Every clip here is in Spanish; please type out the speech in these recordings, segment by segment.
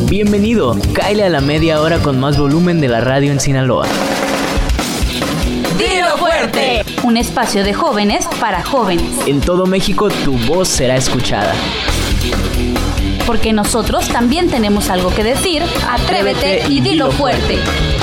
Bienvenido, cáele a la media hora con más volumen de la radio en Sinaloa. ¡Dilo fuerte! Un espacio de jóvenes para jóvenes. En todo México tu voz será escuchada. Porque nosotros también tenemos algo que decir. Atrévete y dilo fuerte.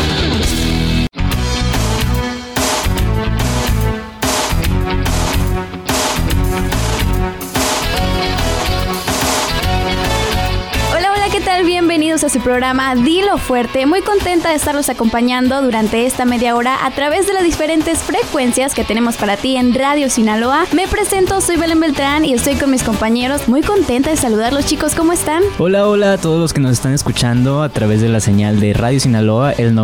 Bienvenidos a su programa Dilo Fuerte. Muy contenta de estarlos acompañando durante esta media hora a través de las diferentes frecuencias que tenemos para ti en Radio Sinaloa. Me presento, soy Belén Beltrán y estoy con mis compañeros. Muy contenta de saludarlos, chicos. ¿Cómo están? Hola a todos los que nos están escuchando a través de la señal de Radio Sinaloa, el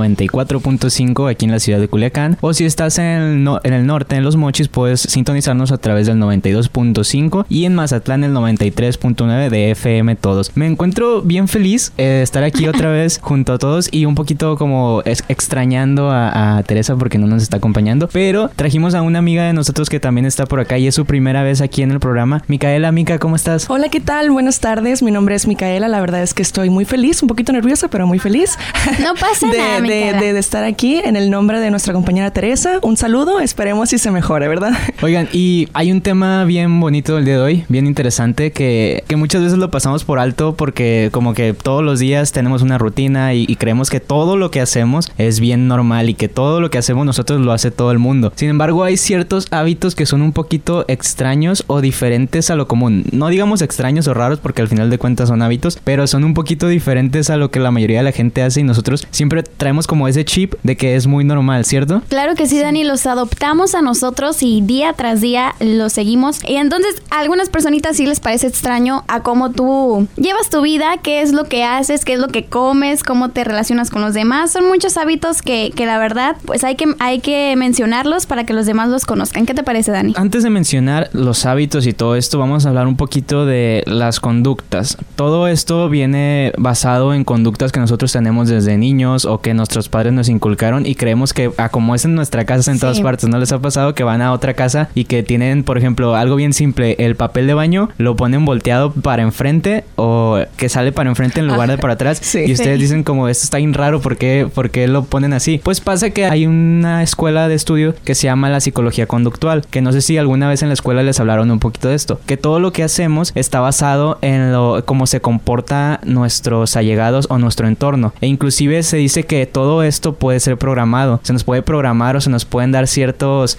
94.5 aquí en la ciudad de Culiacán. O si estás en el norte, en Los Mochis, puedes sintonizarnos a través del 92.5 y en Mazatlán el 93.9 de FM todos. Me encuentro bien feliz de estar aquí otra vez junto a todos y un poquito como extrañando a Teresa porque no nos está acompañando, pero trajimos a una amiga de nosotros que también está por acá y es su primera vez aquí en el programa. Micaela, Mica, ¿cómo estás? Hola, ¿qué tal? Buenas tardes, mi nombre es Micaela, la verdad es que estoy muy feliz, un poquito nerviosa, pero muy feliz. No pasa nada, de estar aquí en el nombre de nuestra compañera Teresa. Un saludo, esperemos si se mejore, ¿verdad? Oigan, y hay un tema bien bonito el día de hoy, bien interesante, que muchas veces lo pasamos por alto porque como que todos los días tenemos una rutina y creemos que todo lo que hacemos es bien normal y que todo lo que hacemos nosotros lo hace todo el mundo. Sin embargo, hay ciertos hábitos que son un poquito extraños o diferentes a lo común. No digamos extraños o raros porque al final de cuentas son hábitos, pero son un poquito diferentes a lo que la mayoría de la gente hace y nosotros siempre traemos como ese chip de que es muy normal, ¿cierto? Claro que sí, Dani, los adoptamos a nosotros y día tras día los seguimos. Y entonces a algunas personitas sí les parece extraño a cómo tú llevas tu vida, qué es lo que haces, qué es lo que comes, cómo te relacionas con los demás. Son muchos hábitos que la verdad pues hay que mencionarlos para que los demás los conozcan. ¿Qué te parece, Dani? Antes de mencionar los hábitos y todo esto, vamos a hablar un poquito de las conductas. Todo esto viene basado en conductas que nosotros tenemos desde niños o que nuestros padres nos inculcaron y creemos que como es en nuestra casa en todas partes. ¿No les ha pasado que van a otra casa y que tienen, por ejemplo, algo bien simple, el papel de baño lo ponen volteado para enfrente o que sale para enfrente en lugar de para atrás? Sí, y ustedes dicen como, esto está bien raro, ¿por qué lo ponen así? Pues pasa que hay una escuela de estudio que se llama la psicología conductual, que no sé si alguna vez en la escuela les hablaron un poquito de esto, que todo lo que hacemos está basado en cómo se comporta nuestros allegados o nuestro entorno, e inclusive se dice que todo esto puede ser programado, se nos puede programar o se nos pueden dar ciertos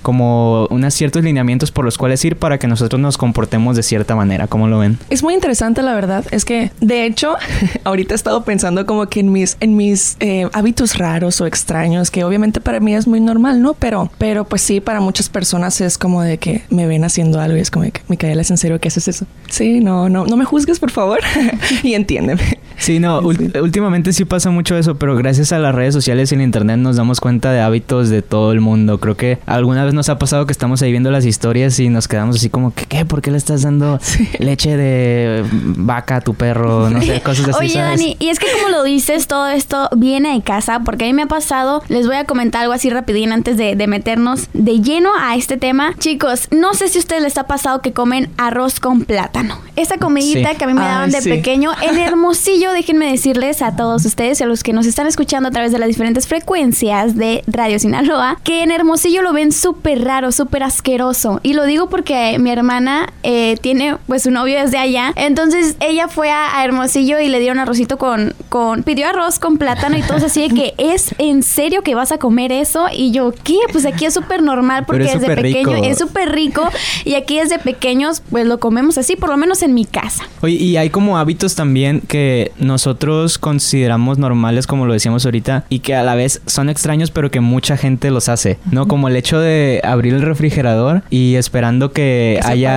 lineamientos por los cuales ir para que nosotros nos comportemos de cierta manera. ¿Cómo lo ven? Es muy interesante, la verdad, es que de hecho ahorita he estado pensando como que en mis hábitos raros o extraños, que obviamente para mí es muy normal, ¿no? Pero pues sí, para muchas personas es como de que me ven haciendo algo y es como de que, Micaela, ¿es en serio que haces eso? Sí, no me juzgues, por favor, y entiéndeme. Sí, no, últimamente sí pasa mucho eso, pero gracias a las redes sociales y el internet nos damos cuenta de hábitos de todo el mundo. Creo que alguna vez nos ha pasado que estamos ahí viendo las historias y nos quedamos así como que, ¿qué? ¿Por qué le estás dando leche de vaca a tu perro? No sé, cosas así. Oye, ¿sabes? Dani, y es que como lo dices, todo esto viene de casa, porque a mí me ha pasado, les voy a comentar algo así rapidín antes de meternos de lleno a este tema. Chicos, no sé si a ustedes les ha pasado que comen arroz con plátano. Esa comidita que a mí me daban de pequeño en Hermosillo. Déjenme decirles a todos ustedes y a los que nos están escuchando a través de las diferentes frecuencias de Radio Sinaloa, que en Hermosillo lo ven súper raro, súper asqueroso. Y lo digo porque mi hermana tiene pues su novio desde allá. Entonces ella fue a Hermosillo y le dieron arrocito pidió arroz con plátano y todos así de que, ¿es en serio que vas a comer eso? Y yo, ¿qué? Pues aquí es súper normal porque desde pequeño es súper rico y aquí desde pequeños pues lo comemos así, por lo menos en mi casa. Oye, y hay como hábitos también que nosotros consideramos normales, como lo decíamos ahorita, y que a la vez son extraños, pero que mucha gente los hace, ¿no? Como el hecho de abrir el refrigerador y esperando que haya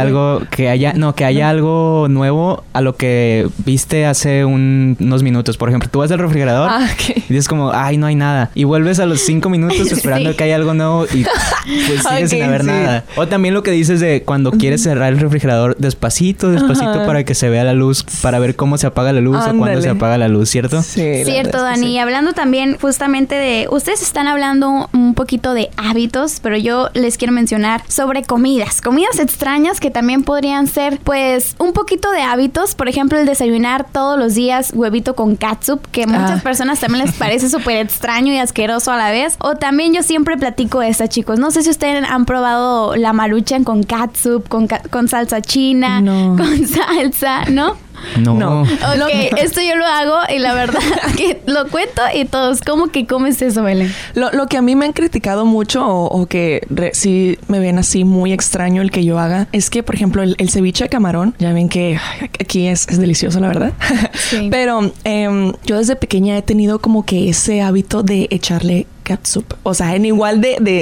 algo nuevo a lo que viste hace unos minutos. Por ejemplo, tú vas al refrigerador y dices como, ay, no hay nada. Y vuelves a los 5 minutos esperando que haya algo nuevo y pues sigues sin haber nada. O también lo que dices de cuando quieres cerrar el refrigerador despacito para que se vea la luz, para ver cómo se apaga la luz o cuando cuando se apaga la luz, ¿cierto? Sí. Cierto, Dani. Sí. Y hablando también justamente de... Ustedes están hablando un poquito de hábitos, pero yo les quiero mencionar sobre comidas. Comidas extrañas que también podrían ser, pues, un poquito de hábitos. Por ejemplo, el desayunar todos los días huevito con catsup, que a muchas personas también les parece súper extraño y asqueroso a la vez. O también yo siempre platico esta, chicos. No sé si ustedes han probado la Maruchan con catsup, con salsa china, con salsa, ¿no? No. Ok, esto yo lo hago y la verdad que lo cuento y todos, ¿cómo que comes eso, Belén? Lo que a mí me han criticado mucho o que sí me ven así muy extraño el que yo haga es que, por ejemplo, el ceviche de camarón, ya ven que aquí es delicioso, la verdad. Sí. Pero yo desde pequeña he tenido como que ese hábito de echarle catsup. O sea, en igual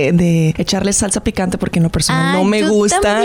de echarle salsa picante porque en lo personal no me gusta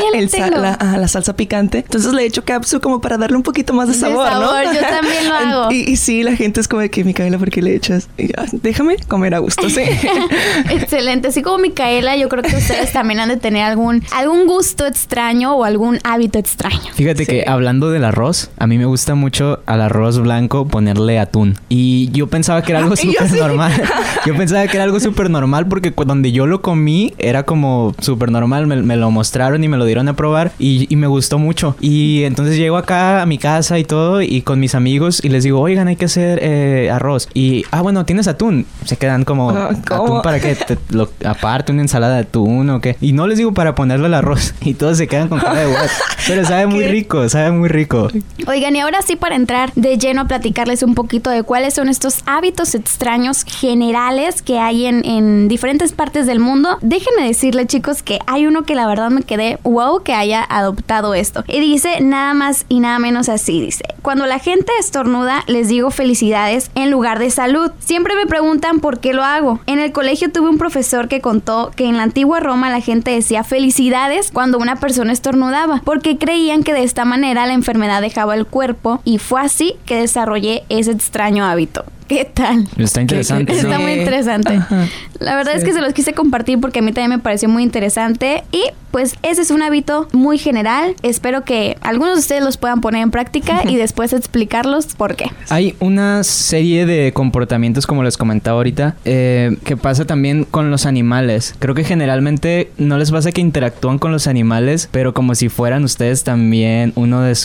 la salsa picante. Entonces le echo catsup como para darle un poquito más de sabor, ¿no? Yo también lo hago. Y sí, la gente es como de que, Micaela, ¿por qué le echas? Y déjame comer a gusto, sí. Excelente. Así como Micaela, yo creo que ustedes también han de tener algún gusto extraño o algún hábito extraño. Fíjate que hablando del arroz, a mí me gusta mucho al arroz blanco ponerle atún. Y yo pensaba que era algo súper normal. Yo pensaba que era algo súper normal porque donde yo lo comí era como súper normal. Me lo mostraron y me lo dieron a probar y me gustó mucho. Y entonces llego acá a mi casa y todo y con mis amigos y les digo, oigan, hay que hacer arroz. Y, bueno, ¿tienes atún? Se quedan como, ¿atún para qué? Aparte, una ensalada de atún o qué. Y no les digo para ponerle el arroz. Y todos se quedan con cara de what. Pero sabe muy rico, sabe muy rico. Oigan, y ahora sí para entrar de lleno a platicarles un poquito de cuáles son estos hábitos extraños generales que hay en diferentes partes del mundo. Déjenme decirles, chicos, que hay uno que la verdad me quedé wow que haya adoptado esto. Y dice nada más y nada menos así, dice: cuando la gente estornuda, les digo felicidades en lugar de salud. Siempre me preguntan por qué lo hago. En el colegio tuve un profesor que contó que en la antigua Roma la gente decía felicidades cuando una persona estornudaba, porque creían que de esta manera la enfermedad dejaba el cuerpo, y fue así que desarrollé ese extraño hábito. ¿Qué tal? Está interesante. Está muy interesante. Ajá. La verdad es que se los quise compartir porque a mí también me pareció muy interesante. Y pues ese es un hábito muy general. Espero que algunos de ustedes los puedan poner en práctica y después explicarlos por qué. Hay una serie de comportamientos, como les comentaba ahorita, que pasa también con los animales. Creo que generalmente no les pasa que interactúan con los animales, pero como si fueran ustedes también uno de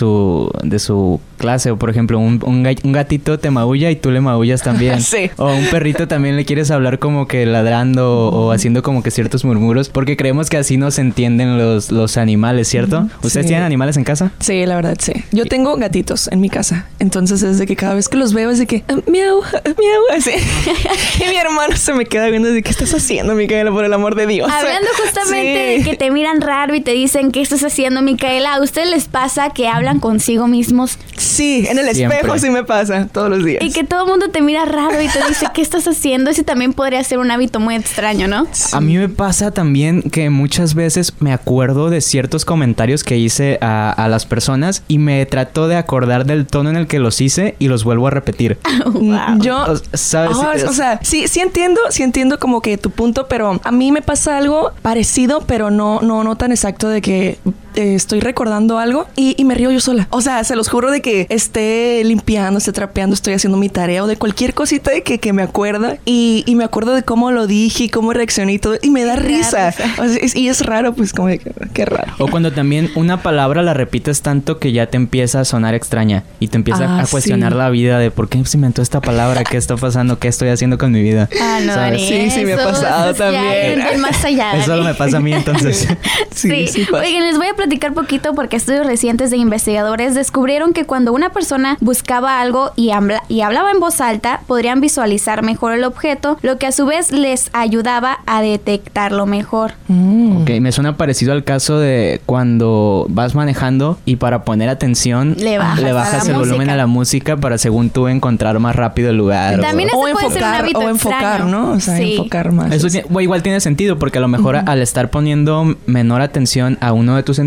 su clase. O por ejemplo, un gatito te maulla y tú le maullas también. Sí. O un perrito también le quieres hablar como que ladrando o haciendo como que ciertos murmuros, porque creemos que así nos entienden los animales, ¿cierto? ¿Ustedes tienen animales en casa? Sí, la verdad, sí. Yo tengo gatitos en mi casa. Entonces es de que cada vez que los veo es de que miau, miau, así. Y mi hermano se me queda viendo de ¿qué estás haciendo, Micaela, por el amor de Dios? Hablando justamente de que te miran raro y te dicen ¿qué estás haciendo, Micaela? ¿A ustedes les pasa que hablan consigo mismos? Sí, en el espejo sí me pasa todos los días. Y que todo el mundo te mira raro y te dice ¿qué estás haciendo? Ese también podría ser un hábito muy extraño, ¿no? Sí. A mí me pasa también que muchas veces me acuerdo de ciertos comentarios que hice a las personas y me trato de acordar del tono en el que los hice y los vuelvo a repetir. Wow. Yo, ¿sabes? O sea, sí entiendo como que tu punto, pero a mí me pasa algo parecido, pero no tan exacto, de que estoy recordando algo y me río yo sola. O sea, se los juro de que esté limpiando, esté trapeando, estoy haciendo mi tarea o de cualquier cosita de que me acuerda y me acuerdo de cómo lo dije y cómo reaccioné y todo y me da risa. O sea, y es raro, pues como de que qué raro. O cuando también una palabra la repites tanto que ya te empieza a sonar extraña y te empieza a cuestionar la vida de por qué se inventó esta palabra, qué está pasando, qué estoy haciendo con mi vida. No, ¿sabes? Sí, me ha pasado también. Más allá. Eso me pasa a mí entonces. Sí. Oigan, les voy a platicar poquito porque estudios recientes de investigadores descubrieron que cuando una persona buscaba algo y hablaba en voz alta, podrían visualizar mejor el objeto, lo que a su vez les ayudaba a detectarlo mejor. Ok, me suena parecido al caso de cuando vas manejando y para poner atención le bajas el volumen a la música para, según tú, encontrar más rápido el lugar. También ese puede ser un hábito enfocar, ¿no? O sea, enfocar más. Eso igual tiene sentido porque a lo mejor al estar poniendo menor atención a uno de tus sentidos,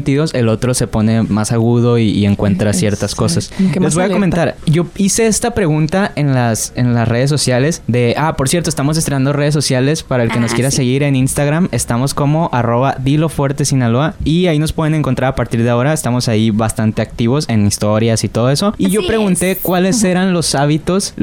sentidos, el otro se pone más agudo y encuentra ciertas cosas. Les voy a comentar, yo hice esta pregunta en las redes sociales de, por cierto, estamos estrenando redes sociales para el que nos quiera seguir en Instagram, estamos como @dilofuertesinaloa y ahí nos pueden encontrar a partir de ahora, estamos ahí bastante activos en historias y todo eso. Y yo pregunté cuáles eran los hábitos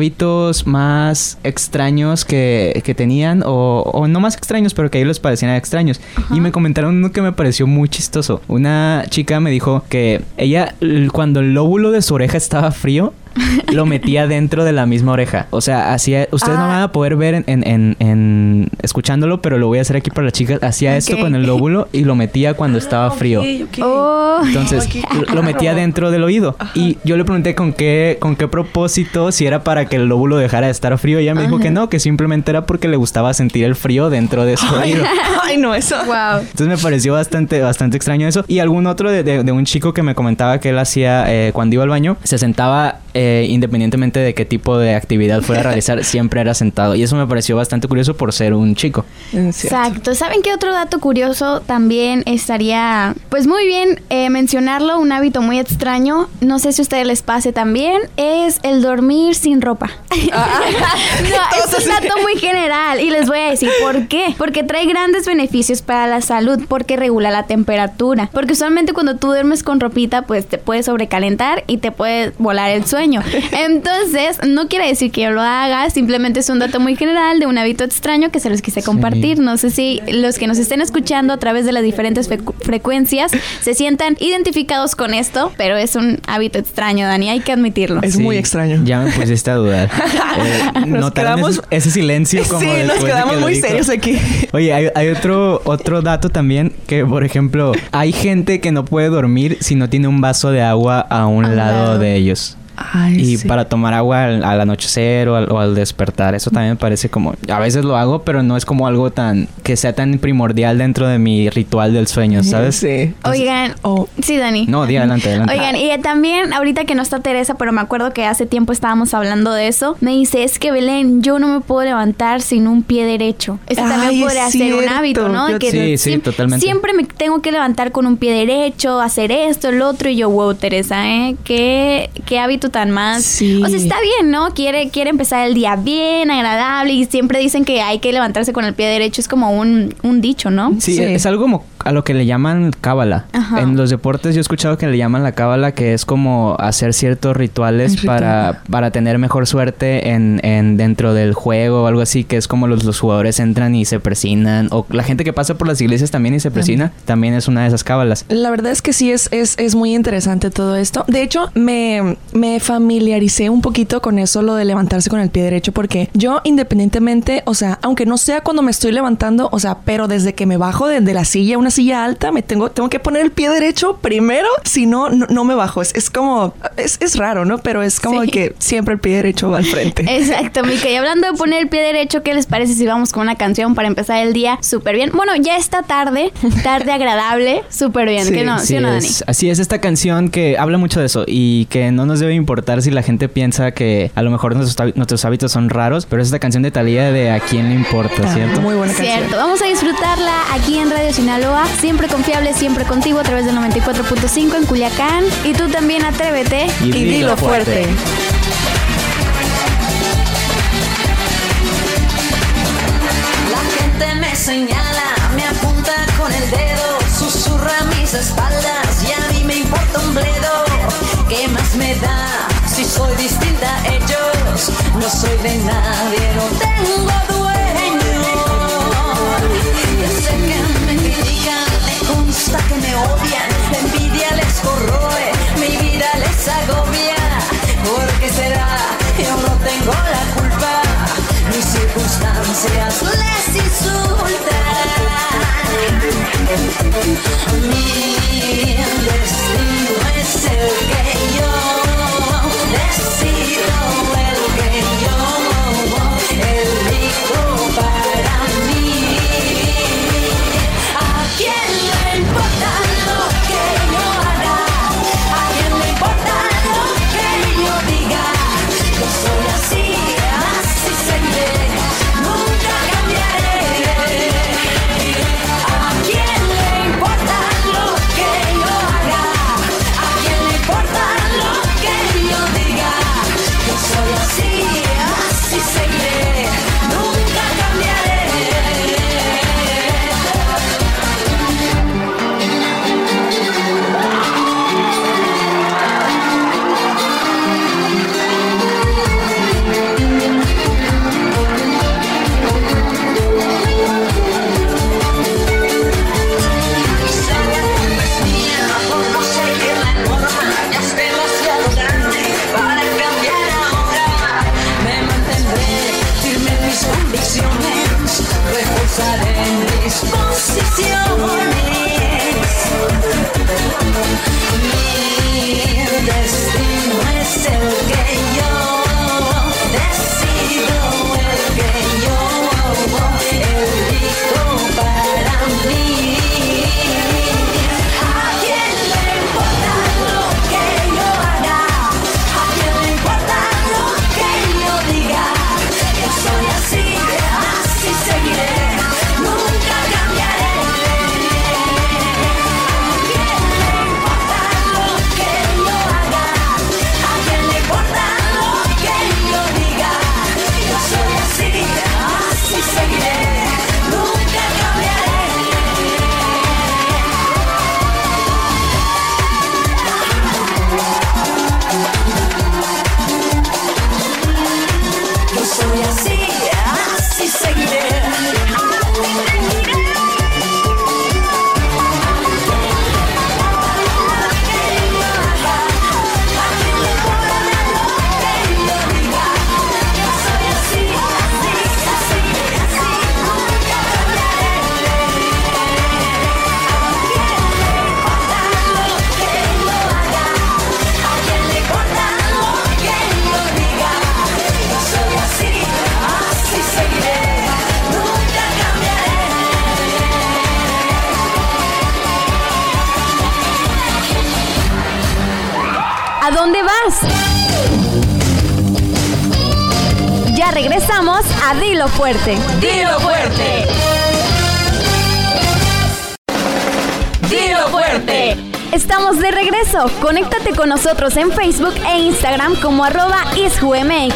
más extraños que tenían o no más extraños, pero que a ellos les parecían extraños. Y me comentaron uno que me pareció muy chistoso. Una chica me dijo que ella, cuando el lóbulo de su oreja estaba frío, lo metía dentro de la misma oreja. O sea, hacía... Ustedes no van a poder ver en escuchándolo, pero lo voy a hacer aquí para las chicas. Hacía esto con el lóbulo y lo metía cuando estaba frío. Entonces, lo metía dentro del oído. Y yo le pregunté con qué propósito, si era para que el lóbulo dejara de estar frío. Y ella me dijo que no, que simplemente era porque le gustaba sentir el frío dentro de su oído. Ay, no, eso. Wow. Entonces me pareció bastante extraño eso. Y algún otro de un chico que me comentaba que él hacía cuando iba al baño, se sentaba... independientemente de qué tipo de actividad fuera a realizar, siempre era sentado. Y eso me pareció bastante curioso por ser un chico. Exacto. ¿Saben qué otro dato curioso también estaría, pues muy bien mencionarlo? Un hábito muy extraño. No sé si a ustedes les pase también. Es el dormir sin ropa. No, es un dato muy general. Y les voy a decir por qué. Porque trae grandes beneficios para la salud. Porque regula la temperatura. Porque usualmente cuando tú duermes con ropita, pues te puedes sobrecalentar y te puede volar el sueño. Entonces, no quiere decir que yo lo haga, simplemente es un dato muy general de un hábito extraño que se los quise compartir. No sé si los que nos estén escuchando a través de las diferentes frecuencias se sientan identificados con esto, pero es un hábito extraño, Dani, hay que admitirlo. Es muy extraño. Ya me pusiste a dudar. Quedamos... ese silencio como sí, nos quedamos muy serios aquí. Oye, hay otro dato también que, por ejemplo, hay gente que no puede dormir si no tiene un vaso de agua a un lado de ellos. Ay, y para tomar agua al anochecer o al despertar. Eso también me parece como... A veces lo hago, pero no es como algo que sea tan primordial dentro de mi ritual del sueño, ¿sabes? Sí. Entonces, oigan... Sí, Dani. No, di adelante. Oigan, y también, ahorita que no está Teresa, pero me acuerdo que hace tiempo estábamos hablando de eso, me dice, es que Belén, yo no me puedo levantar sin un pie derecho. Eso también podría ser un hábito, ¿no? Sí, totalmente. Siempre me tengo que levantar con un pie derecho, hacer esto, el otro, y yo, wow, Teresa, ¿Qué hábito tan más? Sí. O sea, está bien, ¿no? Quiere empezar el día bien, agradable, y siempre dicen que hay que levantarse con el pie derecho. Es como un dicho, ¿no? Sí, es algo como a lo que le llaman cábala. En los deportes yo he escuchado que le llaman la cábala, que es como hacer ciertos rituales para tener mejor suerte en dentro del juego o algo así, que es como los jugadores entran y se persignan, o la gente que pasa por las iglesias también y se persina, también es una de esas cábalas. La verdad es que sí es muy interesante todo esto. De hecho, me familiaricé un poquito con eso, lo de levantarse con el pie derecho, porque yo independientemente, o sea, aunque no sea cuando me estoy levantando, o sea, pero desde que me bajo de la silla, una silla alta, tengo que poner el pie derecho primero, si no me bajo. Es como, es raro, ¿no? Pero es como que siempre el pie derecho va al frente. Exacto, Mica. Y hablando de poner el pie derecho, ¿qué les parece si vamos con una canción para empezar el día súper bien? Bueno, ya está tarde agradable, súper bien. ¿Qué no? ¿Sí o no, Dani? Así es, esta canción que habla mucho de eso y que no nos debe importar si la gente piensa que a lo mejor nuestros hábitos son raros, pero es esta canción de Thalía de ¿A quién le importa? ¿Cierto? Muy buena canción. Cierto. Vamos a disfrutarla aquí en Radio Sinaloa, siempre confiable, siempre contigo, a través del 94.5 en Culiacán. Y tú también atrévete y dilo fuerte. La gente me señala, me apunta con el dedo, susurra a mis espaldas y a mí me importa un bledo. ¿Qué más me da si soy distinta a ellos? No soy de nadie, no tengo dueño. Yo sé que me critican, me consta que me odian, la envidia les corroe, mi vida les agobia. ¿Por qué será? Yo no tengo la culpa, mis circunstancias les insultan. Mi destino es el que yo decido, el que yo Ya regresamos a Dilo Fuerte. ¡Dilo fuerte! ¡Dilo fuerte! Estamos de regreso. Conéctate con nosotros en Facebook e Instagram como @isjumx.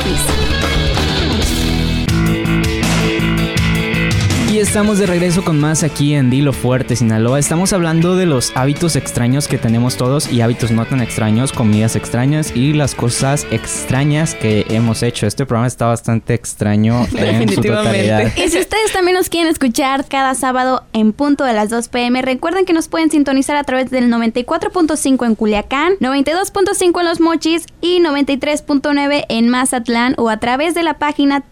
Y estamos de regreso con más aquí en Dilo Fuerte, Sinaloa. Estamos hablando de los hábitos extraños que tenemos todos y hábitos no tan extraños, comidas extrañas y las cosas extrañas que hemos hecho. Este programa está bastante extraño en su totalidad. Y si ustedes también nos quieren escuchar cada sábado en punto de las 2 p.m., recuerden que nos pueden sintonizar a través del 94.5 en Culiacán, 92.5 en Los Mochis y 93.9 en Mazatlán, o a través de la página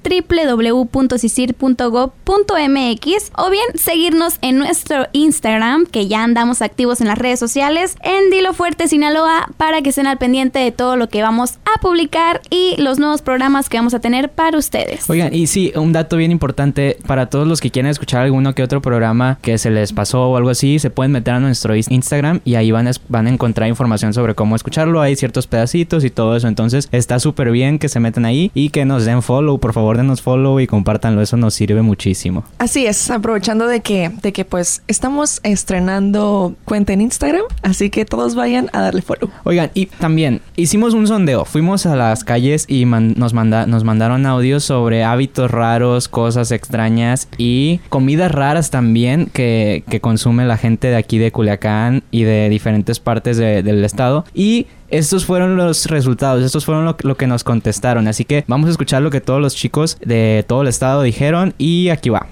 www.sisir.gov.mx, o bien seguirnos en nuestro Instagram, que ya andamos activos en las redes sociales, en Dilo Fuerte Sinaloa, para que estén al pendiente de todo lo que vamos a publicar y los nuevos programas que vamos a tener para ustedes. Oigan, y sí, un dato bien importante para todos los que quieren escuchar alguno que otro programa que se les pasó o algo así, se pueden meter a nuestro Instagram y ahí van a encontrar información sobre cómo escucharlo. Hay ciertos pedacitos y todo eso, entonces está súper bien que se metan ahí y que nos den follow. Por favor, denos follow y compártanlo, eso nos sirve muchísimo. Así es, aprovechando de que pues estamos estrenando cuenta en Instagram, así que todos vayan a darle follow. Oigan, y también hicimos un sondeo, fuimos a las calles y nos mandaron audios sobre hábitos raros, cosas extrañas y comidas raras también que consume la gente de aquí de Culiacán y de diferentes partes del estado. Y estos fueron los resultados, estos fueron lo que nos contestaron. Así que vamos a escuchar lo que todos los chicos de todo el estado dijeron y aquí va.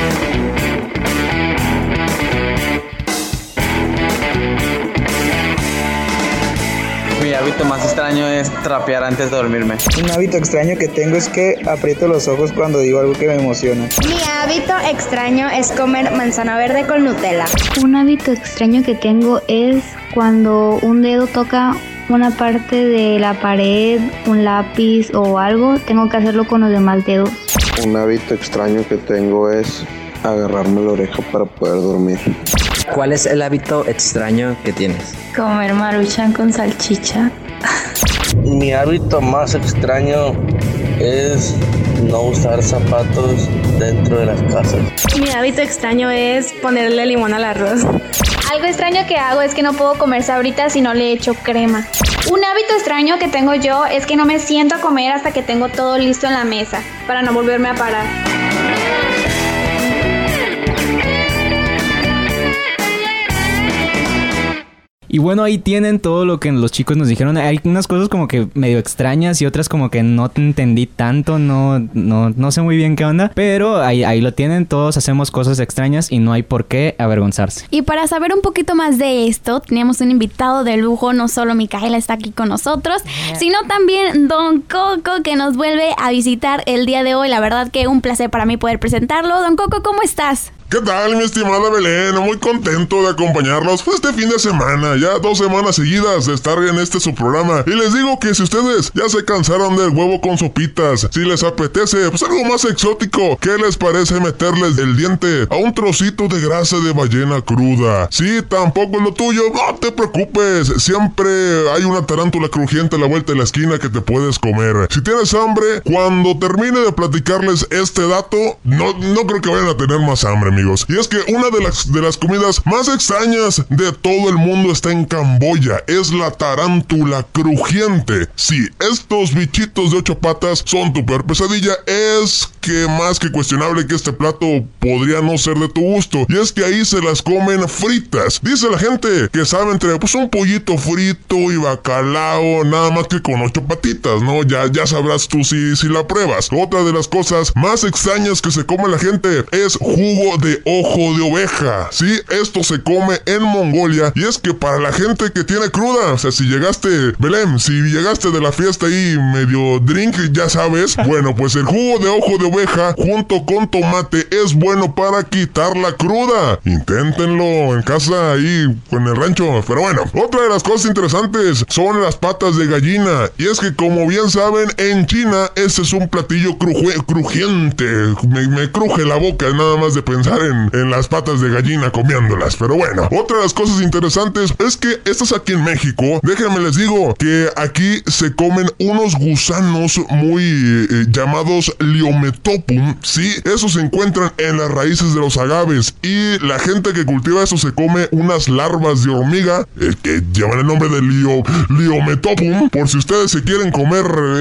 Mi hábito más extraño es trapear antes de dormirme. Un hábito extraño que tengo es que aprieto los ojos cuando digo algo que me emociona. Mi hábito extraño es comer manzana verde con Nutella. Un hábito extraño que tengo es cuando un dedo toca una parte de la pared, un lápiz o algo, tengo que hacerlo con los demás dedos. Un hábito extraño que tengo es agarrarme la oreja para poder dormir. ¿Cuál es el hábito extraño que tienes? Comer Maruchan con salchicha. Mi hábito más extraño es no usar zapatos dentro de las casas. Mi hábito extraño es ponerle limón al arroz. Algo extraño que hago es que no puedo comer sabritas si no le echo crema. Un hábito extraño que tengo yo es que no me siento a comer hasta que tengo todo listo en la mesa, para no volverme a parar. Y bueno, ahí tienen todo lo que los chicos nos dijeron. Hay unas cosas como que medio extrañas y otras como que no te entendí tanto. No sé muy bien qué onda. Pero ahí lo tienen. Todos hacemos cosas extrañas y no hay por qué avergonzarse. Y para saber un poquito más de esto, teníamos un invitado de lujo. No solo Micaela está aquí con nosotros, sino también Don Coco, que nos vuelve a visitar el día de hoy. La verdad que un placer para mí poder presentarlo. Don Coco, ¿cómo estás? ¿Qué tal, mi estimada Belén? Muy contento de acompañarlos este fin de semana. Ya 2 semanas seguidas de estar en su programa. Y les digo que si ustedes ya se cansaron del huevo con sopitas, si les apetece pues algo más exótico, ¿qué les parece meterles el diente a un trocito de grasa de ballena cruda? Si tampoco es lo tuyo, no te preocupes. Siempre hay una tarántula crujiente a la vuelta de la esquina que te puedes comer. Si tienes hambre, cuando termine de platicarles este dato, no creo que vayan a tener más hambre, amigos. Y es que una de las comidas más extrañas de todo el mundo está en Camboya. Es la tarántula crujiente. Sí, estos bichitos de 8 patas son tu peor pesadilla. Es que más que cuestionable que este plato podría no ser de tu gusto. Y es que ahí se las comen fritas. Dice la gente que sabe entre pues un pollito frito y bacalao, nada más que con 8 patitas, ¿no? Ya sabrás tú si la pruebas. Otra de las cosas más extrañas que se come la gente es jugo de ojo de oveja. Sí, esto se come en Mongolia y es que para la gente que tiene cruda, o sea, si llegaste, Belén, si llegaste de la fiesta ahí medio drink, ya sabes, bueno, pues el jugo de ojo de oveja junto con tomate es bueno para quitar la cruda. Inténtenlo en casa ahí en el rancho. Pero bueno, otra de las cosas interesantes son las patas de gallina. Y es que como bien saben, en China este es un platillo crujiente. Me cruje la boca nada más de pensar. estar en las patas de gallina comiéndolas. Pero bueno, otra de las cosas interesantes es que estas aquí en México, déjenme les digo que aquí se comen unos gusanos muy llamados Liometopum, sí, esos se encuentran en las raíces de los agaves y la gente que cultiva eso se come unas larvas de hormiga que llevan el nombre de Liometopum. Por si ustedes se quieren comer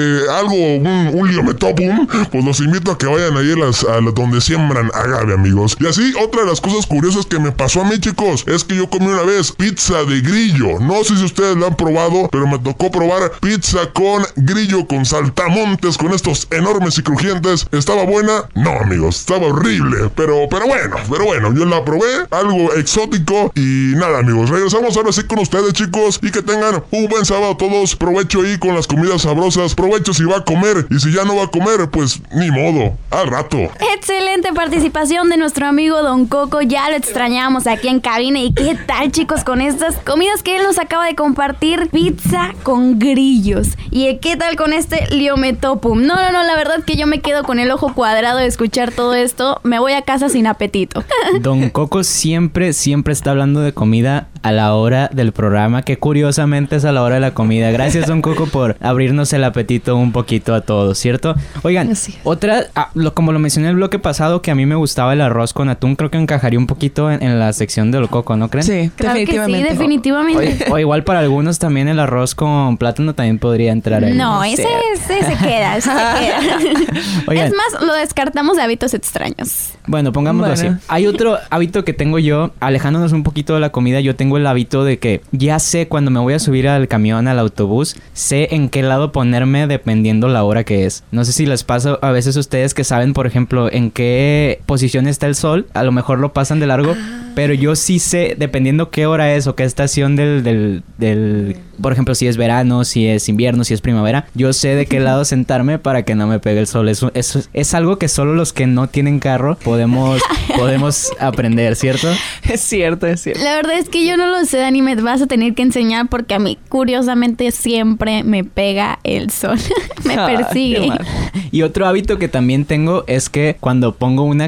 un Liometopum, pues los invito a que vayan ahí a donde siembran agave, amigos. Y así, otra de las cosas curiosas que me pasó a mí, chicos, es que yo comí una vez pizza de grillo. No sé si ustedes la han probado, pero me tocó probar pizza con grillo, con saltamontes, con estos enormes y crujientes. ¿Estaba buena? No, amigos, estaba horrible. Pero bueno, yo la probé, algo exótico. Y nada, amigos, regresamos ahora sí con ustedes, chicos, y que tengan un buen sábado todos. Provecho ahí con las comidas sabrosas. Provecho si va a comer, y si ya no va a comer, pues ni modo, al rato. Excelente participación de nuestro amigo Don Coco. Ya lo extrañamos aquí en cabina. ¿Y qué tal, chicos, con estas comidas que él nos acaba de compartir? Pizza con grillos. ¿Y qué tal con este Liometopum? No, la verdad que yo me quedo con el ojo cuadrado de escuchar todo esto. Me voy a casa sin apetito. Don Coco siempre está hablando de comida a la hora del programa, que curiosamente es a la hora de la comida. Gracias, Don Coco, por abrirnos el apetito un poquito a todos, ¿cierto? Oigan, otra, como lo mencioné en el bloque pasado, que a mí me gustaba el arroz con atún, creo que encajaría un poquito en la sección de Don Coco, ¿no creen? Sí, claro definitivamente. Que sí, definitivamente. O igual para algunos también el arroz con plátano también podría entrar ahí. No, ese se queda. Oigan, es más, lo descartamos de hábitos extraños. Bueno, pongámoslo así. Hay otro hábito que tengo yo, alejándonos un poquito de la comida. Yo tengo el hábito de que ya sé cuando me voy a subir al camión, al autobús, sé en qué lado ponerme dependiendo la hora que es. No sé si les pasa a veces a ustedes que saben, por ejemplo, en qué posición está el sol. A lo mejor lo pasan de largo, pero yo sí sé, dependiendo qué hora es o qué estación del por ejemplo, si es verano, si es invierno, si es primavera, yo sé de qué lado sentarme para que no me pegue el sol. Eso es algo que solo los que no tienen carro podemos aprender, ¿cierto? Es cierto. La verdad es que yo no lo sé, Dani, me vas a tener que enseñar porque a mí, curiosamente, siempre me pega el sol. Me persigue. Y otro hábito que también tengo es que cuando le pongo una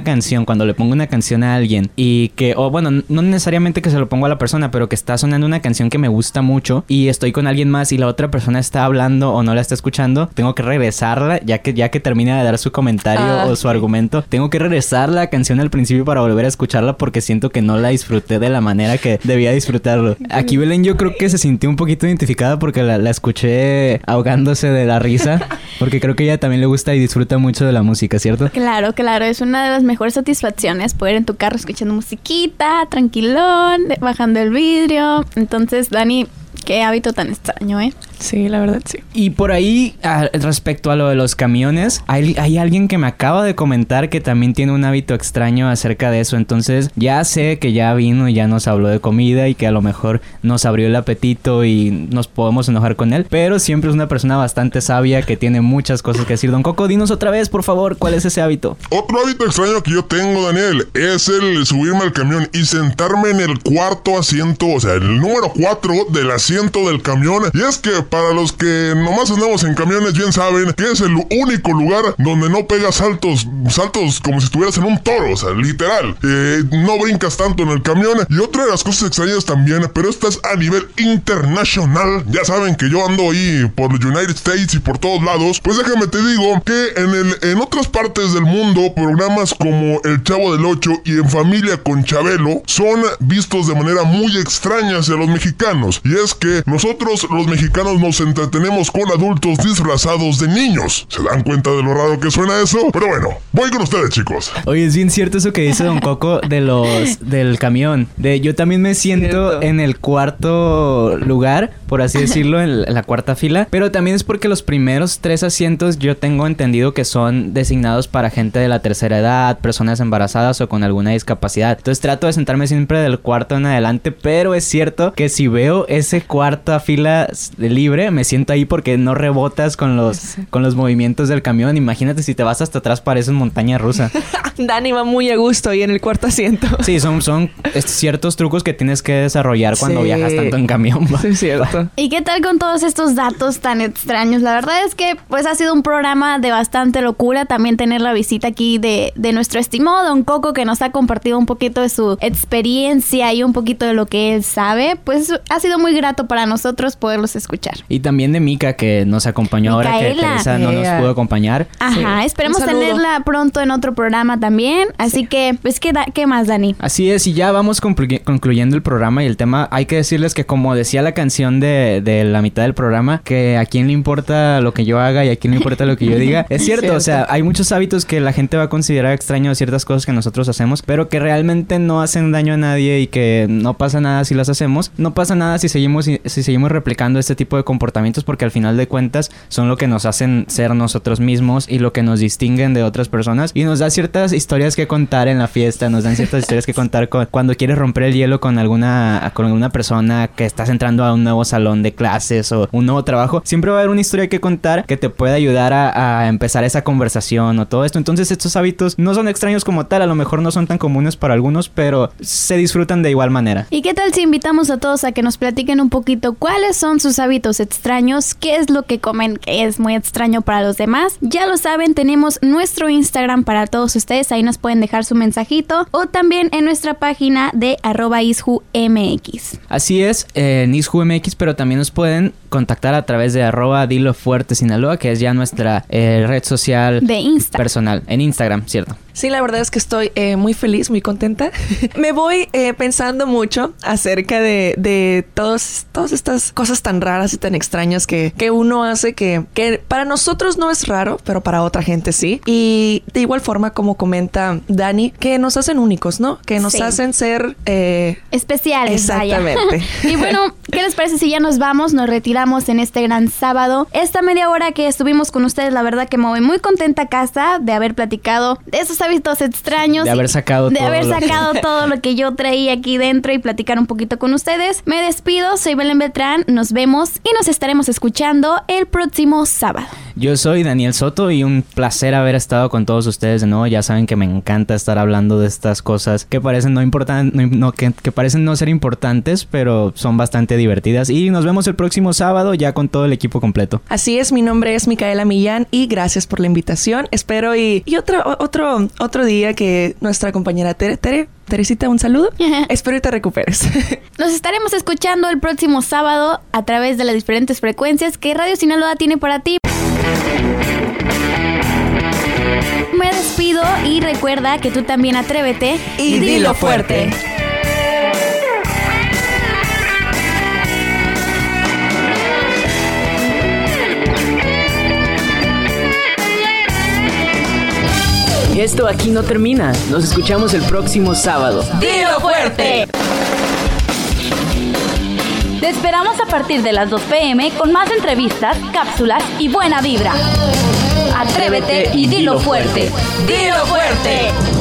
canción a alguien y que, bueno, no necesariamente que se lo pongo a la persona, pero que está sonando una canción que me gusta mucho y estoy con alguien más y la otra persona está hablando o no la está escuchando, tengo que regresarla, ya que termina de dar su comentario o su argumento, tengo que regresar la canción al principio para volver a escucharla porque siento que no la disfruté de la manera que debía disfrutarlo. Aquí Belén yo creo que se sintió un poquito identificada porque la escuché ahogándose de la risa, porque creo que ella también le gusta y disfruta mucho de la música, ¿cierto? Claro, es una de las mejores satisfacciones poder en tu carro escuchando musiquita, tranquilón, bajando el vidrio. Entonces, Dani, qué hábito tan extraño, ¿eh? Sí, la verdad, sí. Y por ahí, respecto a lo de los camiones, hay alguien que me acaba de comentar que también tiene un hábito extraño acerca de eso. Entonces, ya sé que ya vino y ya nos habló de comida y que a lo mejor nos abrió el apetito y nos podemos enojar con él. Pero siempre es una persona bastante sabia que tiene muchas cosas que decir. Don Coco, dinos otra vez, por favor, ¿cuál es ese hábito? Otro hábito extraño que yo tengo, Daniel, es el subirme al camión y sentarme en el cuarto asiento, o sea, el número 4 del asiento del camión. Y es que para los que nomás andamos en camiones bien saben que es el único lugar donde no pegas saltos como si estuvieras en un toro, o sea, literal. No brincas tanto en el camión. Y otra de las cosas extrañas también, pero esta es a nivel internacional. Ya saben que yo ando ahí por los United States y por todos lados. Pues déjame te digo que en otras partes del mundo, programas como El Chavo del Ocho y En Familia con Chabelo son vistos de manera muy extraña hacia los mexicanos. Y es que nosotros los mexicanos nos entretenemos con adultos disfrazados de niños. ¿Se dan cuenta de lo raro que suena eso? Pero bueno, voy con ustedes, chicos. Oye, es bien cierto eso que dice Don Coco del camión. Yo también me siento en el cuarto lugar, por así decirlo, en la cuarta fila. Pero también es porque los primeros 3 asientos yo tengo entendido que son designados para gente de la tercera edad, personas embarazadas o con alguna discapacidad. Entonces trato de sentarme siempre del cuarto en adelante, pero es cierto que si veo ese cuarta fila libre libre, me siento ahí porque no rebotas con los movimientos del camión. Imagínate si te vas hasta atrás, parece montaña rusa. Dani va muy a gusto ahí en el cuarto asiento. Sí, son ciertos trucos que tienes que desarrollar cuando viajas tanto en camión. Sí, es cierto. ¿Y qué tal con todos estos datos tan extraños? La verdad es que pues ha sido un programa de bastante locura. También tener la visita aquí de nuestro estimado Don Coco, que nos ha compartido un poquito de su experiencia y un poquito de lo que él sabe. Pues ha sido muy grato para nosotros poderlos escuchar. Y también de Mika, que nos acompañó ahora que Teresa no nos pudo acompañar. Ajá, esperemos tenerla pronto en otro programa también. Así que, pues, ¿qué más, Dani? Así es, y ya vamos concluyendo el programa y el tema. Hay que decirles que, como decía la canción de la mitad del programa, que a quién le importa lo que yo haga y a quién le importa lo que yo diga. Es cierto, o sea, hay muchos hábitos que la gente va a considerar extraños, ciertas cosas que nosotros hacemos, pero que realmente no hacen daño a nadie y que no pasa nada si las hacemos. No pasa nada si seguimos replicando este tipo de comportamientos, porque al final de cuentas son lo que nos hacen ser nosotros mismos y lo que nos distinguen de otras personas, y nos da ciertas historias que contar en la fiesta, nos dan ciertas historias que contar cuando quieres romper el hielo con alguna persona, que estás entrando a un nuevo salón de clases o un nuevo trabajo. Siempre va a haber una historia que contar que te puede ayudar a empezar esa conversación o todo esto. Entonces estos hábitos no son extraños como tal, a lo mejor no son tan comunes para algunos, pero se disfrutan de igual manera. ¿Y qué tal si invitamos a todos a que nos platiquen un poquito cuáles son sus hábitos extraños? ¿Qué es lo que comen que es muy extraño para los demás? Ya lo saben, tenemos nuestro Instagram para todos ustedes, ahí nos pueden dejar su mensajito, o también en nuestra página de @isjumx. Así es, en isjumx, pero también nos pueden contactar a través de @dilofuertesinaloa, que es ya nuestra red social de Insta personal, en Instagram, ¿cierto? Sí, la verdad es que estoy muy feliz, muy contenta. Me voy pensando mucho acerca de todas estas cosas tan raras y tan extrañas que uno hace que para nosotros no es raro, pero para otra gente sí. Y de igual forma, como comenta Dani, que nos hacen únicos, ¿no? Que nos hacen ser especiales. Exactamente. Y bueno, ¿qué les parece si ya nos vamos? Nos retiramos en este gran sábado. Esta media hora que estuvimos con ustedes, la verdad que me voy muy contenta a casa de haber platicado de esos hábitos extraños, de haber sacado todo lo que yo traía aquí dentro y platicar un poquito con ustedes. Me despido, soy Belén Beltrán, nos vemos y nos estaremos escuchando el próximo sábado. Yo soy Daniel Soto y un placer haber estado con todos ustedes de nuevo. Ya saben que me encanta estar hablando de estas cosas que parecen que parecen no ser importantes, pero son bastante divertidas, y nos vemos el próximo sábado ya con todo el equipo completo. Así es, mi nombre es Micaela Millán y gracias por la invitación. Espero y otro día que nuestra compañera Teresita, un saludo. Espero y te recuperes. Nos estaremos escuchando el próximo sábado a través de las diferentes frecuencias que Radio Sinaloa tiene para ti. Me despido y recuerda que tú también atrévete y dilo fuerte. Esto aquí no termina. Nos escuchamos el próximo sábado. ¡Dilo fuerte! Te esperamos a partir de las 2 p.m. con más entrevistas, cápsulas y buena vibra. Atrévete y dilo fuerte. ¡Dilo fuerte!